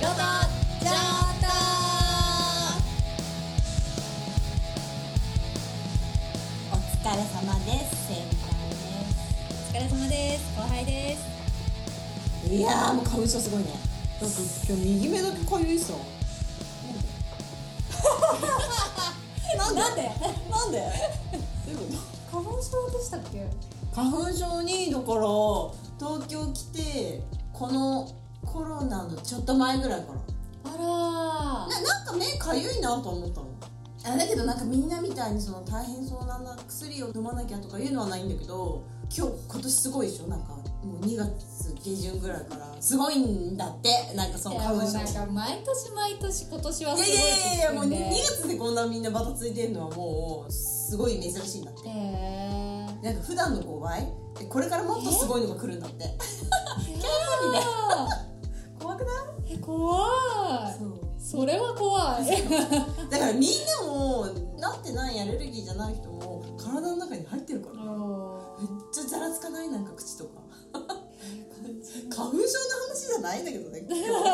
仕事上等。お疲れ様です。先輩です。 お疲れ様です。後輩です。 いやー、もう花粉症すごいね。なんか今日右目だけかゆいさ。なんでなんでどういうこ花粉症でしたっけ？ と？花粉症にだから東京来てこのコロナのちょっと前ぐらいからあらなんか目かゆいなと思ったの。だけどなんかみんなみたいにその大変そうな薬を飲まなきゃとかいうのはないんだけど、今年すごいでしょ。なんかもう2月下旬ぐらいからすごいんだって。なんかその花粉症なんか毎年今年はすごいいやもう2 で月でこんなみんなバタついてるのはもうすごい珍しいんだって。なんか普段の5倍でこれからもっとすごいのが来るんだって怖くない？ 怖い。それは怖い。 だからみんなもなってないアレルギーじゃない人も体の中に入ってるからめっちゃざらつかない？なんか口とか花粉症の話じゃないんだけどね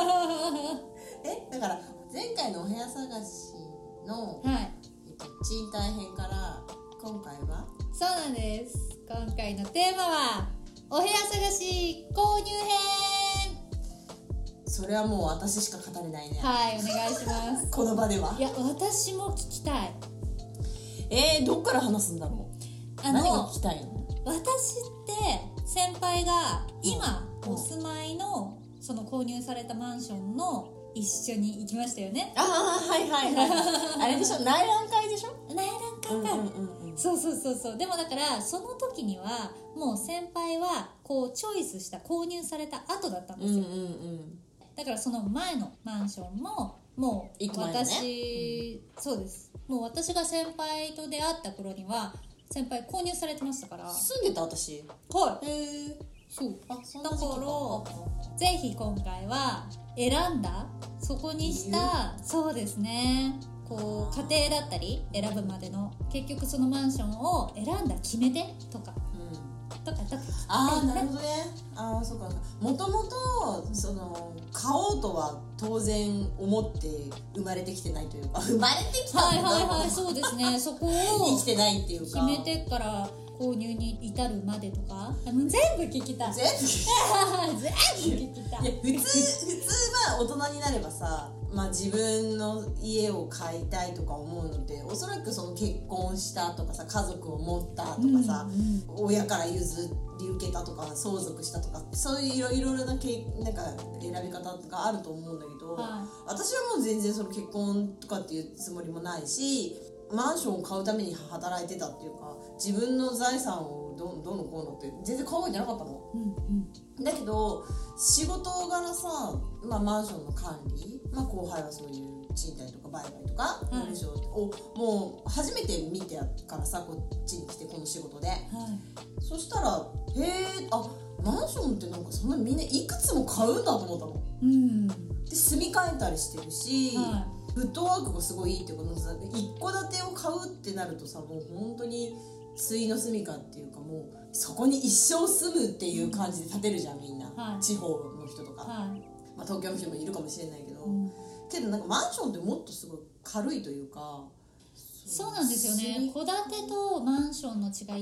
だから前回のお部屋探しの、賃貸編から今回はそうなんです。今回のテーマはお部屋探し購入編。 それはもう私しか語れないね。 はい、お願いしますこの場では。 いや、私も聞きたい。 どっから話すんだろう。何が聞きたいの？ 私って先輩が今お住まいのその購入されたマンションの一緒に行きましたよね。 はいあれでしょ、内覧会でしょ。 内覧会か、そうでもだからその時にはもう先輩はこうチョイスした購入された後だったんですよ、だからその前のマンションももう私、そうです、もう私が先輩と出会った頃には先輩購入されてましたから。 住んでた私。 はい。 そう。 だからぜひ今回は選んだそこにしたそうですね、こう家庭だったり選ぶまでの結局そのマンションを選んだ決め手とか、なるほどね。そうか。もともとその買おうとは当然思って生まれてきてないというか、生まれてきたんだ。 そうですね。そこを生きてないっていうか決めてから購入に至るまでとか全部聞きたい。全部聞きたい。 普通は大人になればさ、自分の家を買いたいとか思うので、おそらくその結婚したとかさ、家族を持ったとかさ、親から譲り受けたとか相続したとか、そういういろいろななんか選び方とかあると思うんだけど、私はもう全然その結婚とかっていうつもりもないし、マンションを買うために働いてたっていうか、自分の財産をどうのこうのって全然考えてなかったの、だけど仕事柄さ、マンションの管理、後輩はそういう賃貸とか売買とかをもう初めて見てからさ、こっちに来てこの仕事で、そしたらマンションってなんかそんなみんないくつも買うんだと思ったの、で住み替えたりしてるし、フットワークがすごいいいってことでさ、一戸建てを買うってなるとさ、もう本当に対の住みかっていうか、もうそこに一生住むっていう感じで建てるじゃんみんな、地方の人とか、東京の人もいるかもしれないけど、けどなんかマンションってもっとすごい軽いというか。 そうなんですよね。戸建てとマンションの違いって、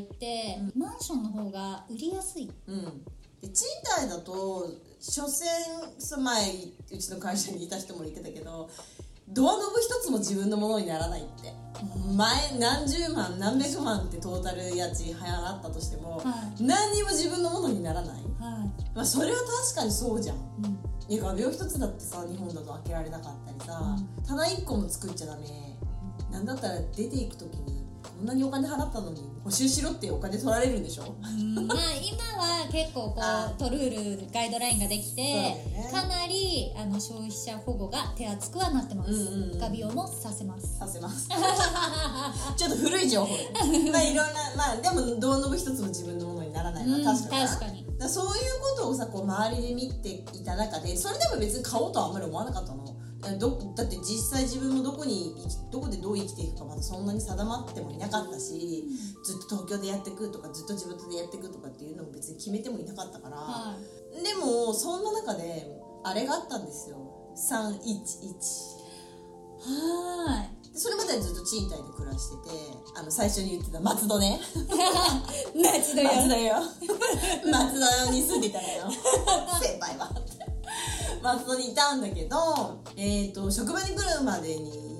マンションの方が売りやすい。 で賃貸だと所詮前うちの会社にいた人も言ってたけど、ドアノブ一つも自分のものにならないって、前何十万何百万ってトータル家賃払ったとしても、何にも自分のものにならない、それは確かにそうじゃん、画鋲一つだってさ、日本だと開けられなかったりさ、棚一個も作っちゃダメ、なんだったら出ていく時にこんなにお金払ったのに補修しろってお金取られるんでしょ。 今は結構こうルールガイドラインができて、かなり消費者保護が手厚くはなってます。画鋲もさせますちょっと古い情報いろんなでもドアノブ一つも自分のものにならないのは確かにそういうことをさ、こう周りで見ていた中で、それでも別に買おうとはあんまり思わなかったの。だって実際自分もどこでどう生きていくかまだそんなに定まってもいなかったし、ずっと東京でやっていくとかずっと自分でやっていくとかっていうのも別に決めてもいなかったから、でもそんな中であれがあったんですよ。 はい。 それまではずっと賃貸で暮らしてて、最初に言ってた松戸ね松戸よ松戸に住んでたのよ先輩は松戸にいたんだけど、職場に来るまでに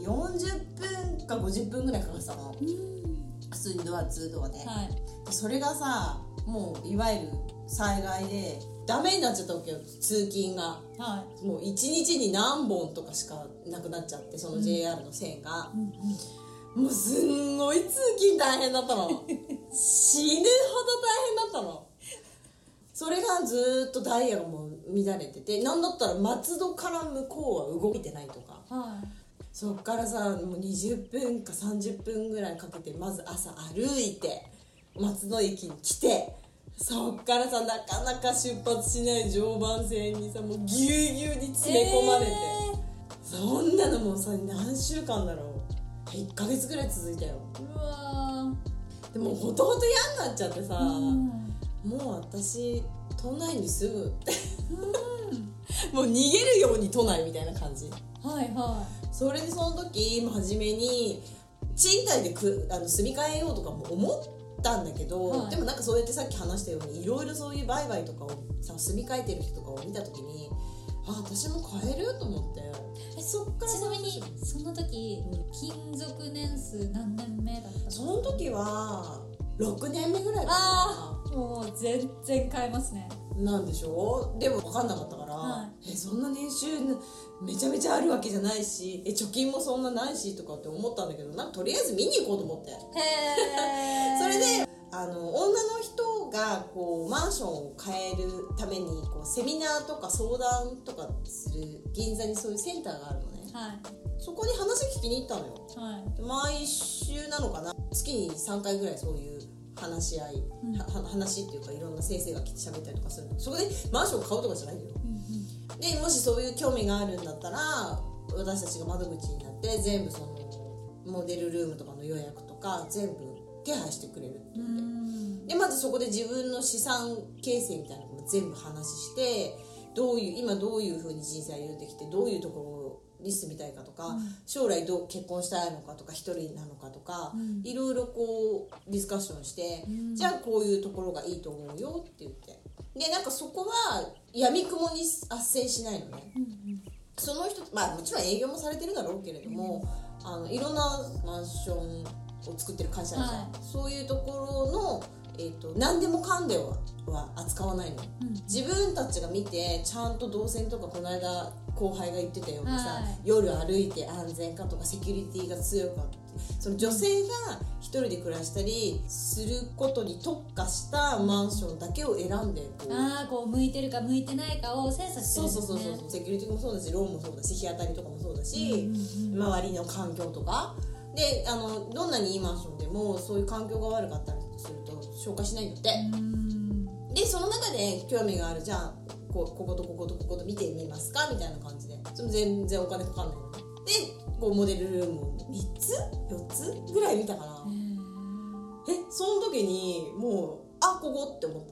40分か50分ぐらいかかってたの、普通にドア2ドアで、はい、それがさ、もういわゆる災害でダメになっちゃったわけよ、通勤が、はい、もう1日に何本とかしかなくなっちゃって、その JR の線が、もうすんごい通勤大変だったの死ぬほど大変だったの。それがずっとダイヤがもう乱れてて、なんだったら松戸から向こうは動いてないとか、はい、そっからさ、もう20分か30分ぐらいかけてまず朝歩いて松戸駅に来て、そっからさ、なかなか出発しない常磐線にさ、もうぎゅうぎゅうに詰め込まれて、そんなのもうさ、何週間だろう、1ヶ月ぐらい続いたよ。うわでもほとほと嫌になっちゃってさ、もう私都内に住むってもう逃げるように都内みたいな感じ。はいはい。それでその時初めに賃貸で住み替えようとかも思ったんだけど、はい、でもなんかそうやってさっき話したようにいろいろそういう売買とかをさ、住み替えてる人とかを見た時に、私も買えると思って。そっからちなみにその時、勤続年数何年目だったの？ その時は6年目ぐらいかな。もう全然買えますね。 なんでしょう。でも分かんなかったから、はい、そんな年収めちゃめちゃあるわけじゃないし、貯金もそんなないしとかって思ったんだけど、なんかとりあえず見に行こうと思って。それで女の人がこうマンションを変えるためにこうセミナーとか相談とかする銀座にそういうセンターがあるのね、はい、そこに話聞きに行ったのよ、はい、毎週なのかな、月に3回ぐらいそういう話し合い、話っていうかいろんな先生が来て喋ったりとかするの。そこでマンションを買うとかじゃないよ、でもしそういう興味があるんだったら私たちが窓口になって全部そのモデルルームとかの予約とか全部手配してくれるって言って、でまずそこで自分の資産形成みたいなのも全部話して、今どういう風に人生歩んできてどういうところに住みたいかとか、将来どう結婚したいのかとか一人なのかとか、いろいろこうディスカッションして、じゃあこういうところがいいと思うよって言って、でなんかそこは闇雲に斡旋しないのね、その人、まあもちろん営業もされてるだろうけれども、いろんなマンションを作ってる会社あるじゃん、そういうところの、何でもかんでは扱わないの、自分たちが見てちゃんと動線とか、この間後輩が言ってたようにさ、夜歩いて安全かとかセキュリティが強いかって、その女性が一人で暮らしたりすることに特化したマンションだけを選んでこう向いてるか向いてないかを精査してるんですね。 そうセキュリティもそうだし、ローンもそうだし、日当たりとかもそうだし、周りの環境とかで、どんなにいいマンションでもそういう環境が悪かったりすると紹介しないんだって。でその中で興味がある、じゃあこことこことここと見てみますかみたいな感じで、それ全然お金かかんないので、こうモデルルームを3つ4つぐらい見たかな。その時にもうここって思った。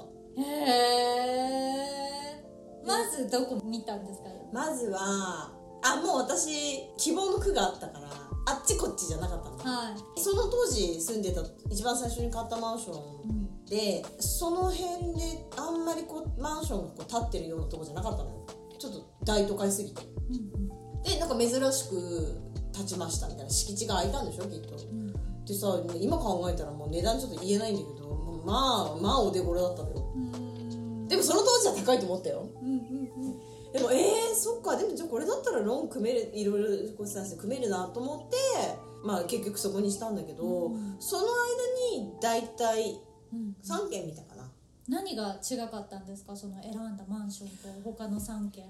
まずどこ見たんですか？ まずはもう私希望の区があったからあっちこっちじゃなかったの、その当時住んでた一番最初に買ったマンションで、その辺であんまりこうマンションがこう建ってるようなとこじゃなかったのよ。ちょっと大都会すぎて、でなんか珍しく建ちましたみたいな、敷地が空いたんでしょきっと、でさ、今考えたらもう値段ちょっと言えないんだけど、まあお手頃だったのよ。でもその当時は高いと思ったよ。でもそっか、でもじゃあこれだったらローン組める、いろいろ組めるなと思って、結局そこにしたんだけど、その間に大体3軒見たかな。 何が違かったんですか、その選んだマンションと他の3軒。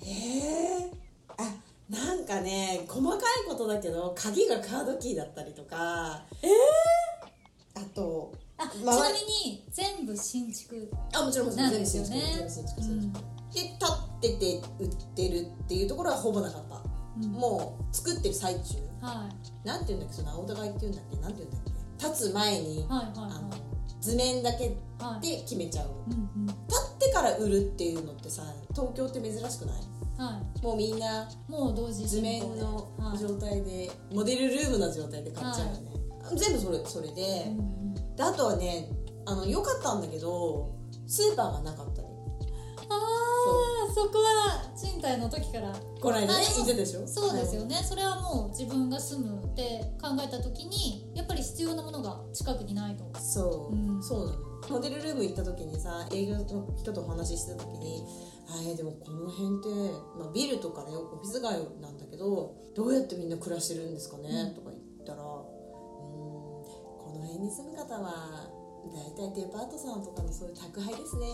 なんかね、細かいことだけど鍵がカードキーだったりとか、あとちなみに全部新築もちろんなんですよね。 で建ってて売ってるっていうところはほぼなかった、もう作ってる最中、なんていうんだっけ、その青互いっていうんだっけ、なんていうんだっけ、建つ前に、図面だけで決めちゃう、建ってから売るっていうのってさ、東京って珍しくない？ はい、 もうみんなもう同時図面の状態で、モデルルームの状態で買っちゃうよね、全部それで、であとはね、良かったんだけどスーパーがなかったり。 そこは賃貸の時からこの間ね言ってたでしょ。 そうですよね、それはもう自分が住むって考えた時にやっぱり必要なものが近くにないと。 そう、そうなの。モデルルーム行った時にさ、営業の人とお話ししてた時に、でもこの辺って、ビルとかねオフィス街なんだけど、どうやってみんな暮らしてるんですかね、とか言ったら、この辺に住む方はだいたいデパートさんとかのそういう宅配ですね。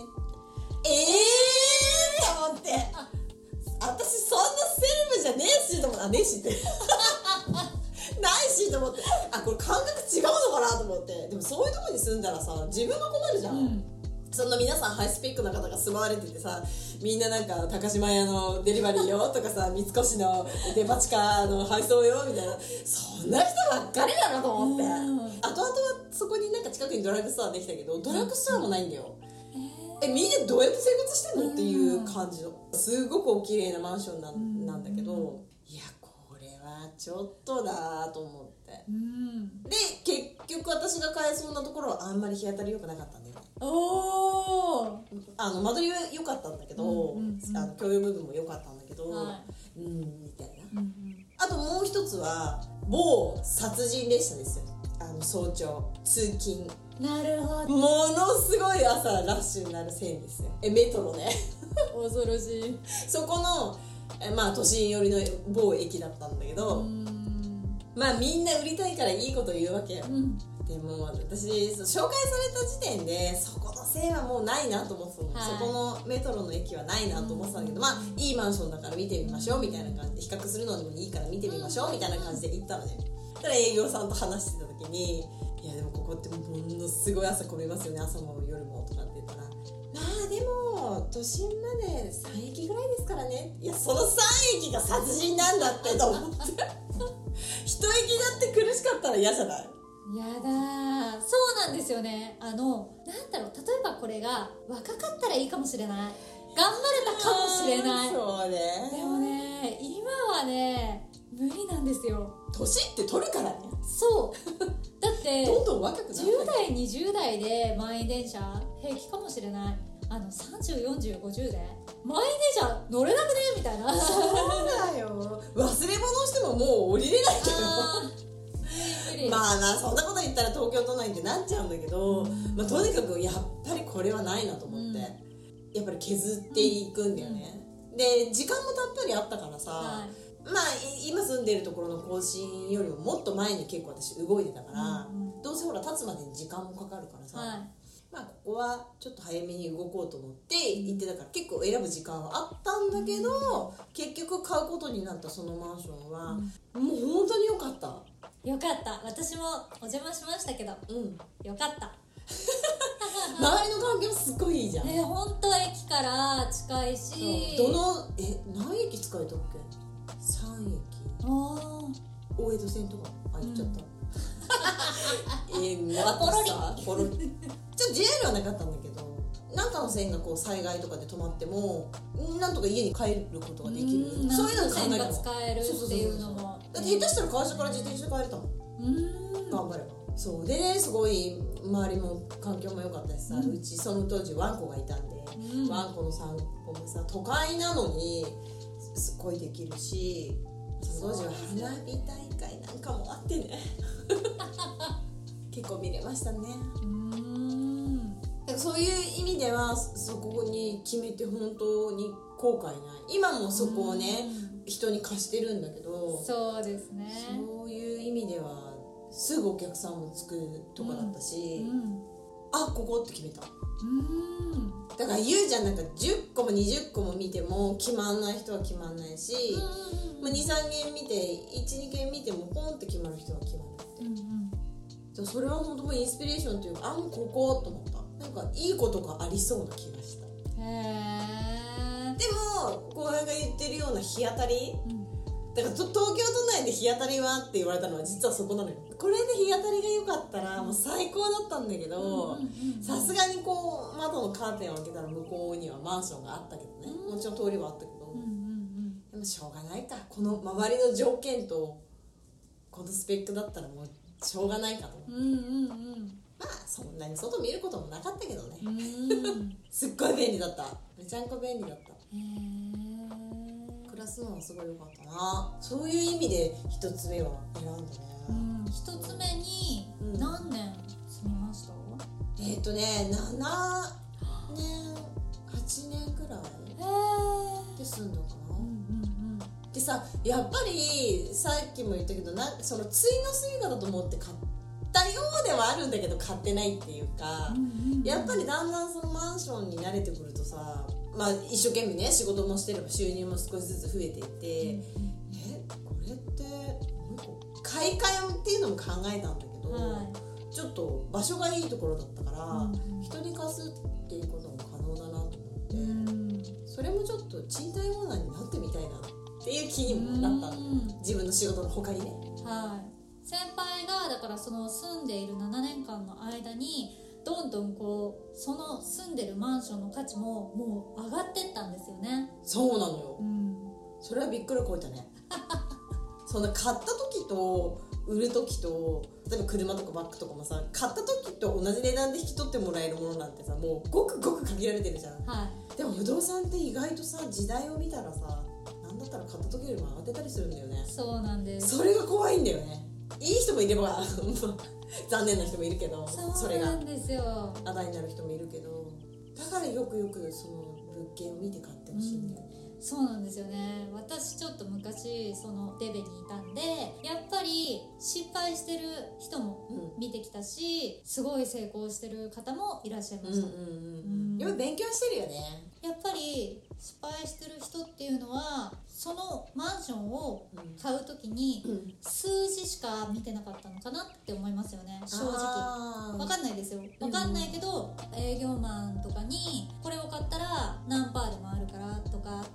と思って、私そんなセレブじゃねえしと思って、ねえしってないしと思って、これ感覚違うのかなと思って。でもそういうとこに住んだらさ、自分が困るじゃん、そんな皆さんハイスペックな方が住まわれててさ、みんななんか高島屋のデリバリーよとかさ、三越のデパ地下の配送よみたいな、そんな人ばっかりだなと思って、後々はそこになんか近くにドラッグストアできたけど、ドラッグストアもないんだよ。みんなどうやって生活してんのっていう感じの、すごくお綺麗なマンションなんだけど、いやこれはちょっとだと思って、で結局私が買えそうなところはあんまり日当たり良くなかったんだよね。間取りは良かったんだけど、共用部分も良かったんだけど、みたいな、あともう一つは某殺人列車ですよ。早朝通勤、 なるほど、 ものすごい朝ラッシュになる線ですよ。メトロね恐ろしい。 そこの都心寄りの某駅だったんだけど、みんな売りたいからいいこと言うわけよ、でも私紹介された時点でそこの線はもうないなと思ってたの、そこのメトロの駅はないなと思ってたんだけど、いいマンションだから見てみましょうみたいな感じで、比較するのでもいいから見てみましょうみたいな感じで行ったのね。だから営業さんと話してた時に、いやでもここってものすごい朝混みますよね、朝も夜もとかって言ったら、でも都心まで3駅ぐらいですからね。いやその3駅が殺人なんだってと思って一駅だって苦しかったら嫌じゃない？ やだ、そうなんですよね。なんだろう、例えばこれが若かったらいいかもしれない、頑張れたかもしれない、 そうね。 でもね、今はね無理なんですよ。 年って取るからね。 そうだってどんどん若くなる。 10代20代で満員電車平気かもしれない、304050で満員電車乗れなくねみたいな。 そうだよ、忘れ物してももう降りれないけどそんなこと言ったら東京都内ってなっちゃうんだけど、とにかくやっぱりこれはないなと思って、やっぱり削っていくんだよね、で時間もたっぷりあったからさ、今住んでるところの更新よりももっと前に結構私動いてたから、どうせほら立つまでに時間もかかるからさ、ここはちょっと早めに動こうと思って行ってたから、結構選ぶ時間はあったんだけど、結局買うことになったそのマンションは、もう本当に良かった。 よかった、私もお邪魔しましたけど、よかった周りの環境すっごいいいじゃん。 本当駅から近いし、 何駅使えたっけ？3駅。大江戸線とか行っちゃった。ポロリちょっと JR はなかったんだけど、なんかの線がこう災害とかで止まってもなんとか家に帰ることができる、そういうの考えたの。 使えるっていうのも、 だって下手したら会社から自転車で帰れたもん、頑張れば。そうでね、すごい周りも環境も良かったしさ、うちその当時ワンコがいたんで、ワンコの散歩もさ、都会なのにすごいできるし、その当時は花火大会なんかもあってね結構見れましたね。そういう意味ではそこに決めて本当に後悔ない。今もそこをね人に貸してるんだけど、 そうですね、 そういう意味ではすぐお客さんもつくとかだったし、ここって決めた。だから言うじゃん、なんか10個も20個も見ても決まんない人は決まんないし、2、3件見て 1,2 件見てもポンって決まる人は決まるって、それは本当もうインスピレーションというか、もうここと思った。なんかいいことがありそうな気がした。でも後輩が言ってるような日当たり、 だから東京都内で日当たりはって言われたのは実はそこなのよ。これで日当たりが良かったらもう最高だったんだけど、さすがにこう窓のカーテンを開けたら向こうにはマンションがあったけどね、もちろん通りはあったけど、でもしょうがないか、この周りの条件とこのスペックだったらもうしょうがないかと、まあそんなに外見ることもなかったけどねすっごい便利だった、めちゃんこ便利だった。暮らすのはすごい良かったな。そういう意味で一つ目は選んだね。 一つ目に何年住みました？ 7年8年ぐらいで住んだかな。でさ、やっぱりさっきも言ったけどそのついの住みかだと思って買ったようではあるんだけど買ってないっていうか、やっぱりだんだんそのマンションに慣れてくるとさ、まあ一生懸命ね仕事もしてれば収入も少しずつ増えていて、これって買い替えっていうのも考えたんだけど、ちょっと場所がいいところだったから、人に貸すっていうことも可能だなと思って、それもちょっと賃貸オーナーになってみたいなっていう気にもなったんだよ、自分の仕事の他にね。 先輩がだからその住んでいる7年間の間にどんどんこうその住んでるマンションの価値ももう上がってったんですよね。 そうなのよ、それはびっくりこいたねそんな買った時と売る時と、例えば車とかバッグとかもさ、買った時と同じ値段で引き取ってもらえるものなんてさ、もうごくごく限られてるじゃん、でも不動産って意外とさ、時代を見たらさ、なんだったら買った時よりも上がってたりするんだよね。 そうなんです。 それが怖いんだよね。いい人もいれば残念な人もいるけど、それがあだになる人もいるけど、だからよくよくその物件を見て買ってほしいんだよね。 そうなんですよね。私ちょっと昔そのデベにいたんで、やっぱり失敗してる人も見てきたし、すごい成功してる方もいらっしゃいました。 やっぱ勉強してるよね。 やっぱり失敗してる人っていうのはそのマンションを買うときに数字しか見てなかったのかなって思いますよね、正直。分かんないですよ、分かんないけど、営業マンとかにこれを買ったら何パーでもあるからとかあって、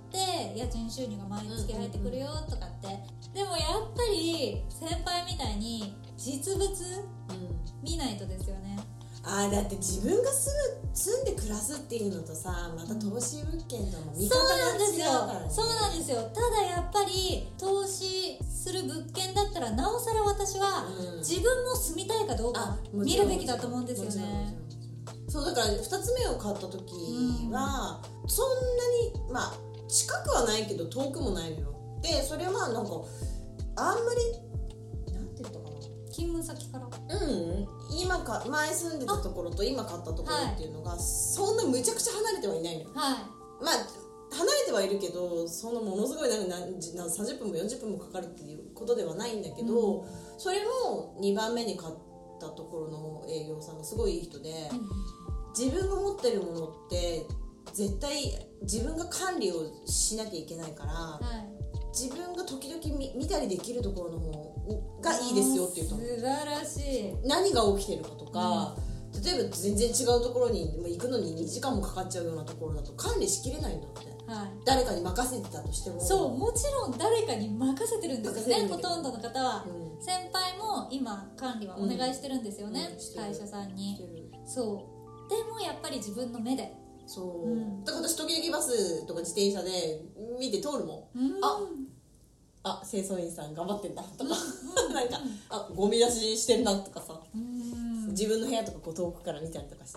家賃収入が毎月入ってくるよとかって、でもやっぱり先輩みたいに実物見ないとですよね。 だって自分が住んで暮らすっていうのとさ、また投資物件との見方が違うからね。 そうなんですよ。ただやっぱり投資する物件だったらなおさら私は自分も住みたいかどうか見るべきだと思うんですよね。 そうだから2つ目を買った時は、そんなにまあ近くはないけど遠くもないのよ。でそれはなんかあんまりなんて言ったかな、 勤務先から前住んでたところと今買ったところっていうのが、そんなむちゃくちゃ離れてはいないのよ。まあ離れてはいるけど、そのものすごい30分も40分もかかるっていうことではないんだけど、それも2番目に買ったところの営業さんがすごいいい人で、自分が持ってるものって絶対自分が管理をしなきゃいけないから、自分が時々見たりできるところの方がいいですよっていうと、 素晴らしい。 何が起きてるかとか、例えば全然違うところに行くのに2時間もかかっちゃうようなところだと管理しきれないんだって、誰かに任せてたとしても。そう、 もちろん誰かに任せてるんですよね、ほとんどの方は。先輩も今管理はお願いしてるんですよね、会社さんに。そうでもやっぱり自分の目で、だから私時々バスとか自転車で見て通るもん、清掃員さん頑張ってんだとかなんかゴミ出ししてんなとかさ、自分の部屋とかこう遠くから見たりとかして、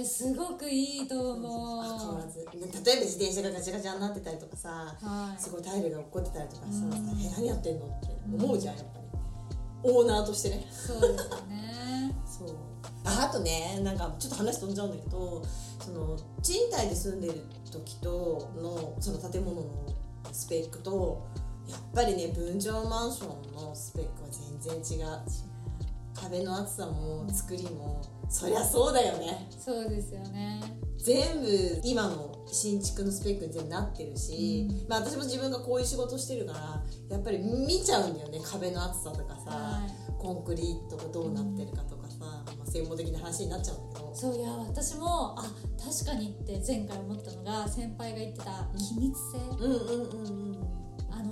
すごくいいと思う。 変わらず、例えば自転車がガチャガチャになってたりとかさ、すごいタイルが落っこってたりとかさ、何やってんのって思うじゃん、やっぱりオーナーとしてね。 そうですよねそうあとね、なんかちょっと話飛んじゃうんだけど、その賃貸で住んでる時とのその建物のスペックと、やっぱりね分譲マンションのスペックは全然違う。壁の厚さも作りも、そりゃそうだよね。 そうですよね。 全部今の新築のスペックに全部なってるし、私も自分がこういう仕事してるからやっぱり見ちゃうんだよね、壁の厚さとかさ、コンクリートがどうなってるかとかさ、専門的な話になっちゃうんだけど、 そういや私も確かにって前回思ったのが、先輩が言ってた機密性、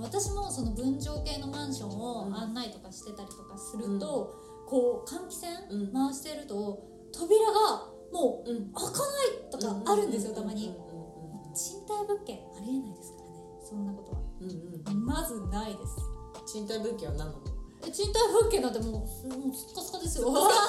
私もその分譲系のマンションを案内とかしてたりとかすると、こう換気扇回してると扉がもう開かないとかあるんですよ、たまに。賃貸物件ありえないですからね、そんなことは、まずないです。 賃貸物件は何なの？ 賃貸物件なんてもうスカスカですよ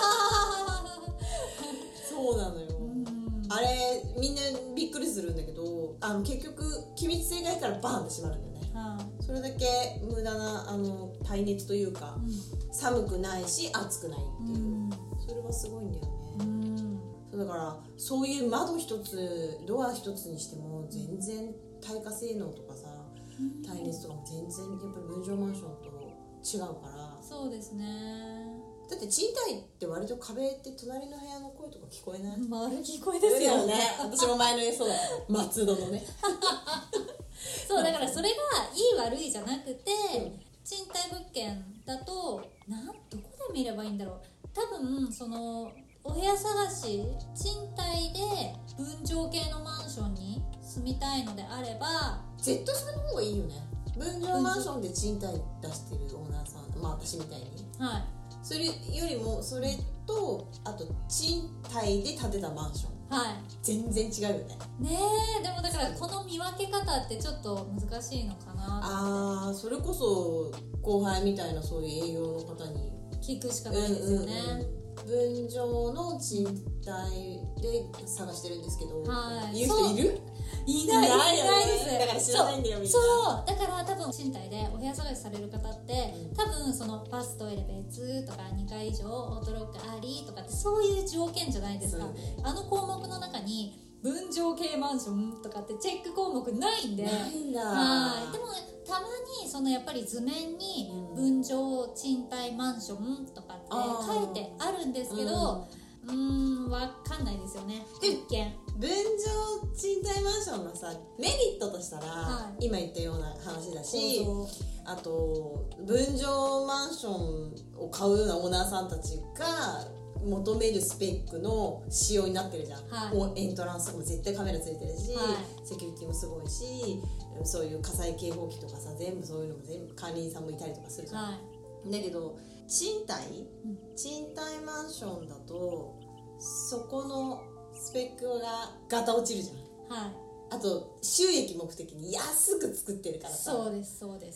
そうなのよ、あれみんなびっくりするんだけど、結局気密性がいいからバーンって閉まるんだよね、それだけ無駄な耐熱というか、寒くないし暑くないっていう、それはすごいんだよね。そうだからそういう窓一つドア一つにしても全然耐火性能とかさ、耐熱とかも全然やっぱり分譲マンションと違うから。 そうですね。 だって賃貸って割と壁って隣の部屋の声とか聞こえない？ 丸聞こえですよね。私も前の家そうだった松戸のねそうだからそれがいい悪いじゃなくて、賃貸物件だとどこで見ればいいんだろう。多分そのお部屋探し、賃貸で分譲系のマンションに住みたいのであれば絶対それの方がいいよね。分譲マンションで賃貸出してるオーナーさん、私みたいに、それよりもそれとあと賃貸で建てたマンション、全然違うよね。 ねえ、でもだからこの見分け方ってちょっと難しいのかなって。 それこそ後輩みたいなそういう営業の方に聞くしかないですよね。 分譲の賃貸で探してるんですけど、言う人いる？ いないです。 だから知らないんだよみんな。 そうだから多分賃貸でお部屋探しされる方って、多分そのバストイレ別とか2階以上オートロックありとかってそういう条件じゃないですか。あの項目の中に分譲系マンションとかってチェック項目ないんで。 ないんだ。 でもたまにそのやっぱり図面に分譲賃貸マンションとかって書いてあるんですけど、わかんないですよね。一見分譲賃貸マンションのさメリットとしたら、今言ったような話だし、あと分譲マンションを買うようなオーナーさんたちが求めるスペックの仕様になってるじゃん、もうエントランスとかも絶対カメラついてるし、セキュリティもすごいし、そういう火災警報器とかさ全部そういうのも全部管理員さんもいたりとかするじゃん、だけど賃貸マンションだとそこのスペックがガタ落ちるじゃん、あと収益目的に安く作ってるからさ、 そうですそうです、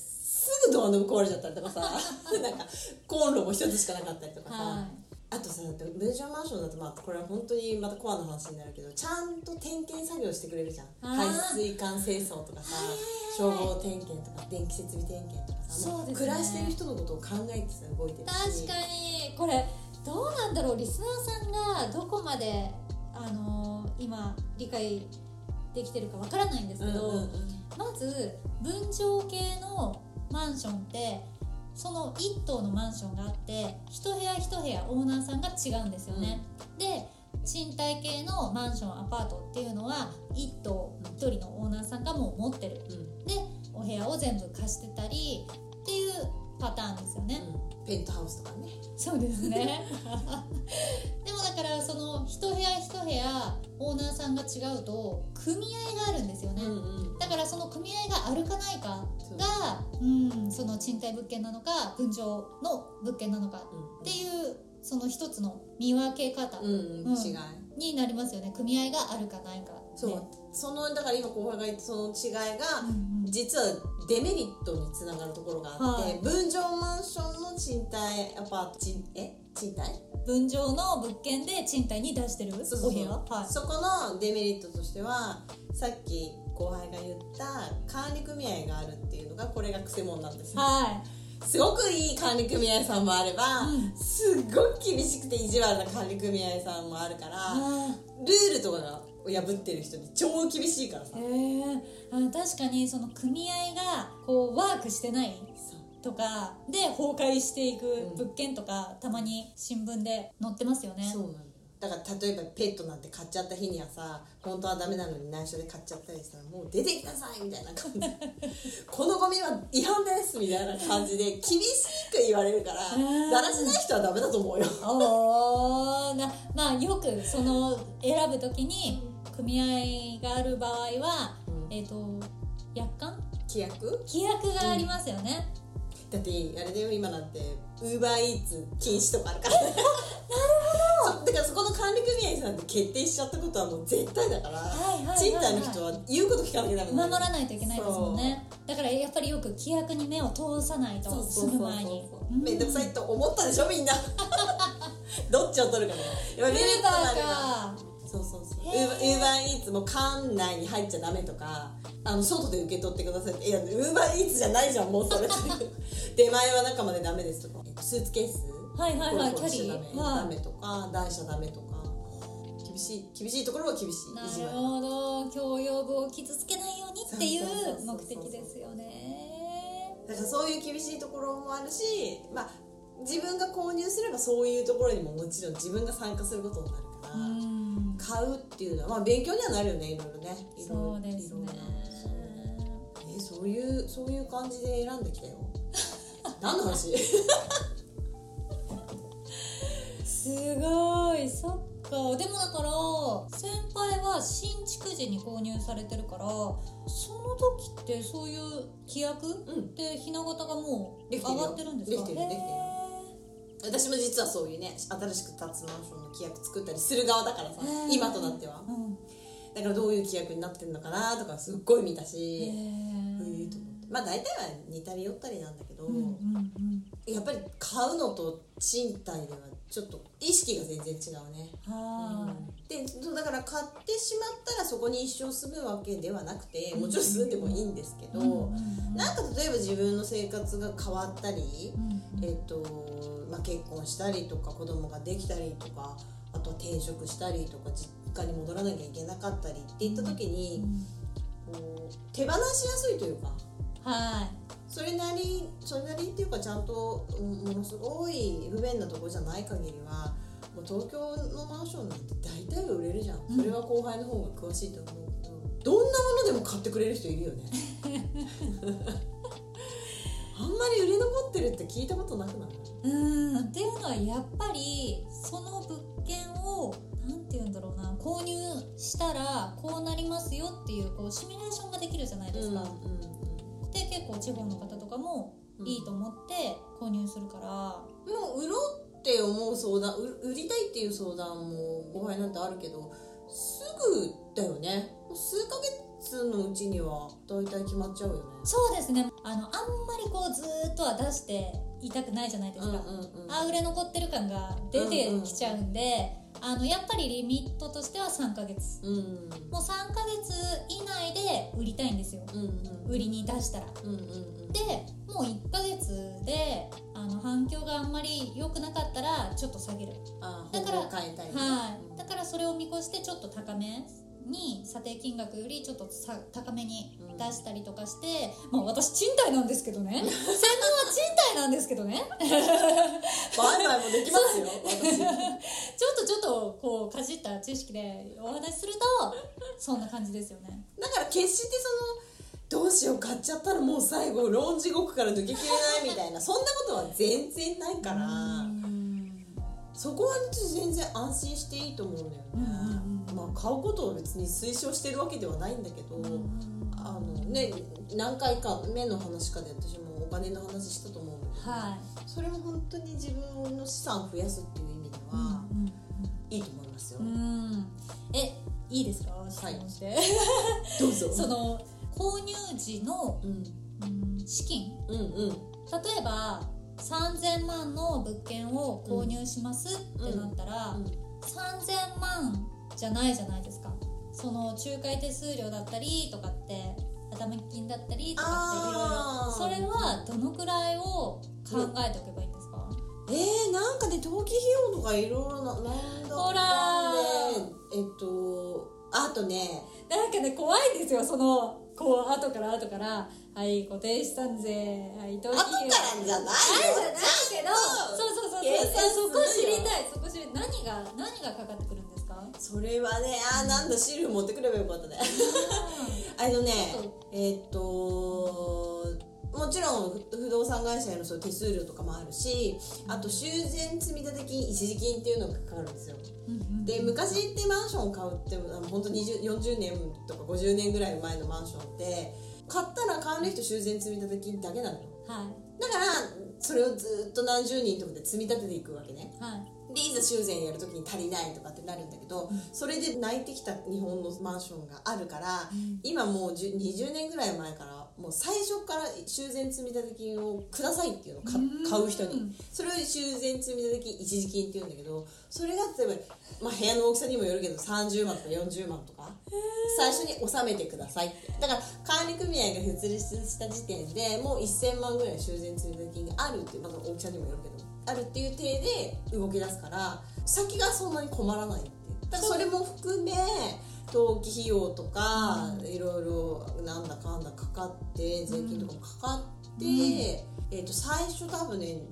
すぐドアノブ壊れちゃったりとかさなんかコンロも一つしかなかったりとかさ、あとさ分譲マンションだとこれは本当にまたコアな話になるけど、ちゃんと点検作業してくれるじゃん。排水管清掃とかさ、消防点検とか電気設備点検とかさ、もう暮らしてる人のことを考えてさ動いてるし。 確かにこれどうなんだろう、リスナーさんがどこまで今理解できてるかわからないんですけど、まず分譲系のマンションってその1棟のマンションがあって一部屋一部屋オーナーさんが違うんですよね、で賃貸系のマンションアパートっていうのは1棟1人のオーナーさんがもう持ってる、でお部屋を全部貸してたりっていうパターンですよね、 ペントハウスとかね。 そうですねでもだからその一部屋一部屋オーナーさんが違うと組合があるんですよね、だからその組合があるかないかが、その賃貸物件なのか分譲の物件なのかっていうその一つの見分け方、 違いになりますよね。組合があるかないか、ね、 そのだから今後輩が言ったその違いが、実はデメリットにつながるところがあって、分譲マンションの賃貸アパート賃貸分譲の物件で賃貸に出してるお部屋、 そこのデメリットとしてはさっき後輩が言った管理組合があるっていうのがこれがクセモンなんですよ、すごくいい管理組合さんもあれば、すっごく厳しくて意地悪な管理組合さんもあるから、ルールとかが破ってる人に超厳しいからさ、 確かにその組合がこうワークしてないとかで崩壊していく物件とか、たまに新聞で載ってますよね。 そうなんだよ。だから例えばペットなんて買っちゃった日にはさ、本当はダメなのに内緒で買っちゃったりしたらもう出てきなさいみたいな感じこのゴミは違反ですみたいな感じで厳しく言われるから、だらしない人はダメだと思うよまあよくその選ぶときに組合がある場合は、約款契規約がありますよね、 だってあれだよ、今なんてウーバーイーツ禁止とかあるからね。なるほど。だからそこの管理組合さんって決定しちゃったことはもう絶対だから、賃貸の人は言うこと聞かなきゃダメ守らないといけないですもんね。だからやっぱりよく規約に目を通さないと、住む前に。 めんどくさいと思ったでしょみんな。どっちを取るかね。 ウーバーか。 そうウーバーイーツも館内に入っちゃダメとか、外で受け取ってくださいって。いやウーバーイーツじゃないじゃんもうそれ。出前は中までダメですとか、スーツケースキャリーダメとか、台車ダメとか、厳しいところは厳しい。 なるほど、共用部を傷つけないようにっていう目的ですよね。 だからそういう厳しいところもあるし、自分が購入すればそういうところにももちろん自分が参加することになるから、買うっていうのは勉強にはなるよね、いろいろね。 そうですね。 そういう感じで選んできたよ。何の話？ すごい、そっか。でもだから先輩は新築時に購入されてるから、その時ってそういう規約ってひな形がもう上がってるんですか？ できてる。私も実はそういうね、新しく建つマンションの規約作ったりする側だからさ、今となっては、だからどういう規約になってるのかなとかすっごい見たし、大体は似たり寄ったりなんだけど、やっぱり買うのと賃貸ではちょっと意識が全然違うね。でだから買ってしまったらそこに一生住むわけではなくて、もちろん住んでもいいんですけど、なんか例えば自分の生活が変わったり、結婚したりとか子供ができたりとか、あとは転職したりとか実家に戻らなきゃいけなかったりっていった時に、手放しやすいというか、それなりっていうか、ちゃんとものすごい不便なとこじゃない限りは、もう東京のマンションなんて大体は売れるじゃん。それは後輩の方が詳しいと思うけど、どんなものでも買ってくれる人いるよね。あんまり売れ残ってるって聞いたことなくない？ っていうのはやっぱりその物件をなんていうんだろうな、購入したらこうなりますよっていう、シミュレーションができるじゃないですか。で結構地方の方とかもいいと思って購入するから、 もう売ろうって思う相談、売りたいっていう相談も後輩なんてあるけど、すぐだよね。数ヶ月のうちには大体決まっちゃうよね。 そうですね。あんまりずーっとは出していたくないじゃないですか。売れ残ってる感が出てきちゃうんで、やっぱりリミットとしては3ヶ月、もう3ヶ月以内で売りたいんですよ、売りに出したら、でもう1ヶ月で反響があんまり良くなかったらちょっと下げる。だから変えたい、 だからそれを見越してちょっと高めに、査定金額よりちょっと高めに出したりとかして、私賃貸なんですけどね、専門は賃貸なんですけどね、 売買もできますよ私。 ちょっとかじった知識でお話しするとそんな感じですよね。 だから決してどうしよう買っちゃったらもう最後ローン地獄から抜けきれないみたいなそんなことは全然ないから、そこは全然安心していいと思うんだよね。買うことを別に推奨してるわけではないんだけど、何回か目の話かで私もお金の話したと思うんだけど、それも本当に自分の資産を増やすっていう意味では、いいと思いますよ。 いいですか、質問して、 どうぞ。 その購入時の、資金、例えば3000万の物件を購入しますってなったら、3000万じゃないじゃないですか。その仲介手数料だったりとかって頭金だったりとかっていろいろ、それはどのくらいを考えておけばいいんですか？ なんかね、登記費用とかいろいろなんだほらあとね、 なんかね、怖いんですよ。後からはい固定資産税、はい登記費用、 後からじゃないよ、 けど、そこ知りたい。何がかかってくるんですか？ それはね、なんだ、シール持ってくればよかったね。もちろん不動産会社への手数料とかもあるし、あと修繕積立金、一時金っていうのがかかるんですよ。で、昔ってマンションを買うって本当に40年とか50年ぐらい前のマンションって買ったら管理費と修繕積立金だけなのよ。 はい。 だからそれをずっと何十人とかで積み立てていくわけね。 はい。 でいざ修繕やるときに足りないとかってなるんだけど、それで泣いてきた日本のマンションがあるから、今もう20年ぐらい前からもう最初から修繕積立金をくださいっていうのを買う人に、それを修繕積立金一時金っていうんだけど、それが例えば、部屋の大きさにもよるけど30万とか40万とか最初に納めてくださいって。だから管理組合が設立した時点でもう1000万ぐらい修繕積立金があるっていう、また大きさにもよるけどあるっていう体で動き出すから、先がそんなに困らないって。だからそれも含め登記費用とかいろいろなんだかんだかかって税金とかもかかって、最初多分ね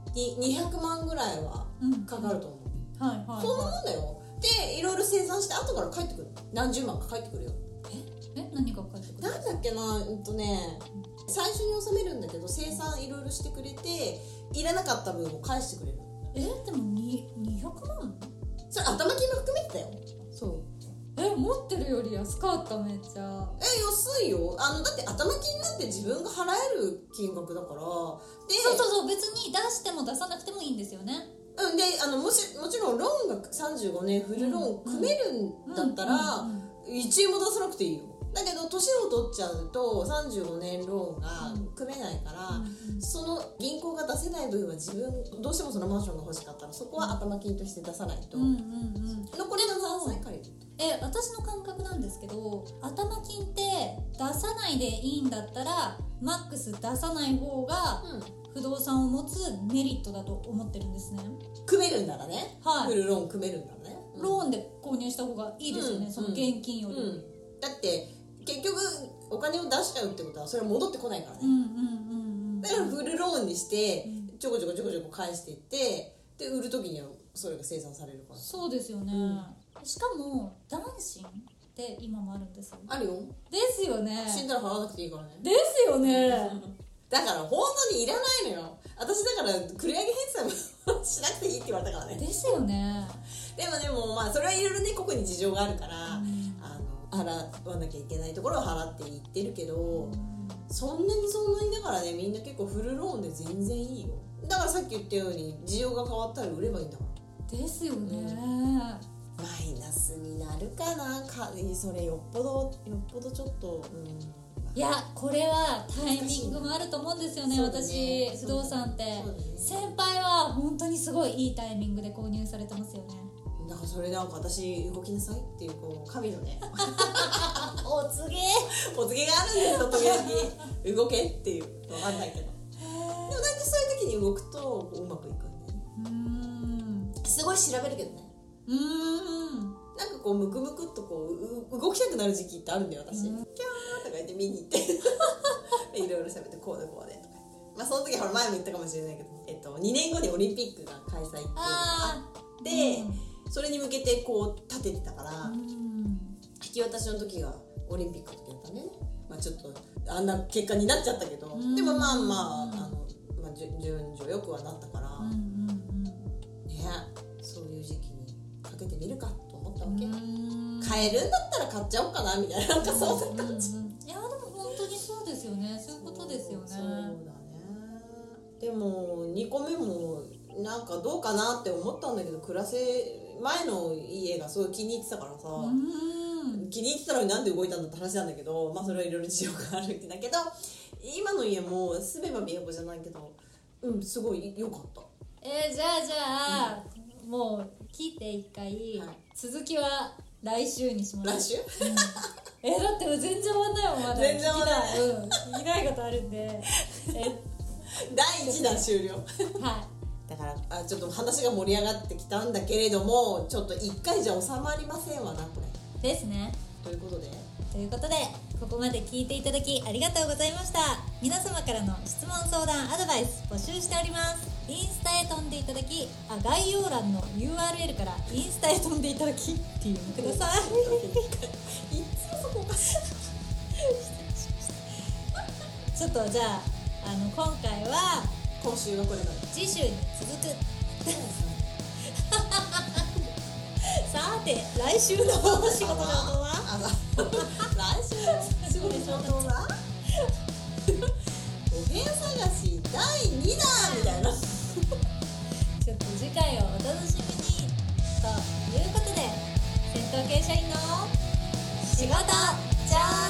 200万ぐらいはかかると思う、はいはいはい、そんなもんだよ。でいろいろ精算して後から帰ってくる、何十万か帰ってくるよ。 何が返ってくる？ なんだっけな、最初に納めるんだけど精算いろいろしてくれていらなかった分を返してくれる。 でも200万？ それ頭金も含めてたよ。そう。 持ってるより安かった。めっちゃ安いよ。だって頭金なんて自分が払える金額だから。でそう別に出しても出さなくてもいいんですよね。 でもちろんローンが35年フルローン組めるんだったら1円も出さなくていいよ。だけど年を取っちゃうと35年ローンが組めないから、その銀行が出せない分は自分どうしてもそのマンションが欲しかったらそこは頭金として出さないと、残りの残債借りる。 私の感覚なんですけど、頭金って出さないでいいんだったらマックス出さない方が不動産を持つメリットだと思ってるんですね。 組めるんだらね、はい、フルローン組めるんだらね、 ローンで購入した方がいいですよね、その現金より、 だって結局お金を出しちゃうってことはそれは戻ってこないからね、だからフルローンにしてちょこちょこ返していって、で売る時にはそれが生産されるから。そうですよね、しかも男子って今もあるんですよ。 あるよ。 ですよね。 死んだら払わなくていいからね。 ですよねだから本当にいらないのよ。私だから繰り上げ返済もしなくていいって言われたからね。 ですよね。 でもそれはいろいろね、個々に事情があるから、払わなきゃいけないところは払っていってるけど、そんなにだからね、みんな結構フルローンで全然いいよ。だからさっき言ったように事情が変わったら売ればいいんだから。 ですよね、 マイナスになるかな、それよっぽどちょっと、 いや、これはタイミングもあると思うんですよね。私不動産って、先輩は本当にすごいいいタイミングで購入されてますよね。 だからそれなんか私動きなさいっていう神のねお告げがあるんですよ、時々動けっていう。分かんないけど、でもなんかそういう時に動くとうまくいくんで、すごい調べるけどね。なんかムクムクっと動きたくなる時期ってあるんだよ私。キャーとか言って見に行っていろいろ喋ってこうでとか、その時ほら前も言ったかもしれないけど、2年後にオリンピックが開催っていうのがあって、それに向けて立ててたから、引き渡しの時がオリンピックの時だったね。ちょっとあんな結果になっちゃったけど、でも順序よくはなったから、そういう時期にかけてみるかと思ったわけ。買えるんだったら買っちゃおうかなみたいな、なんかそういう感じ。 いやでも本当にそうですよね。そういうことですよね。 そうだね。でも2個目もなんかどうかなって思ったんだけど、前の家がすごい気に入ってたからさ、気に入ってたのになんで動いたんだって話なんだけど、それはいろいろ事情があるんだけど、今の家も住めば都じゃないけど、すごい良かった。 じゃあ、もう聞いて1回、続きは来週にします。 来週？ だって全然終わんないもん。まだ全然終わんない。 聞きたいことあるんで第1弾終了。だからちょっと話が盛り上がってきたんだけれども、ちょっと1回じゃ収まりませんわな、これですね。 ということでここまで聞いていただきありがとうございました。皆様からの質問相談アドバイス募集しております。インスタへ飛んでいただき、概要欄の URL からインスタへ飛んでいただき DM ください。いつもそこおかしいちょっとじゃあ、今回は今週はこれまで、 次週に続くさて来週の仕事の音は来週の仕事は部屋探し第2弾みたいなちょっと次回をお楽しみにということで、戦闘系社員の仕事じゃーん。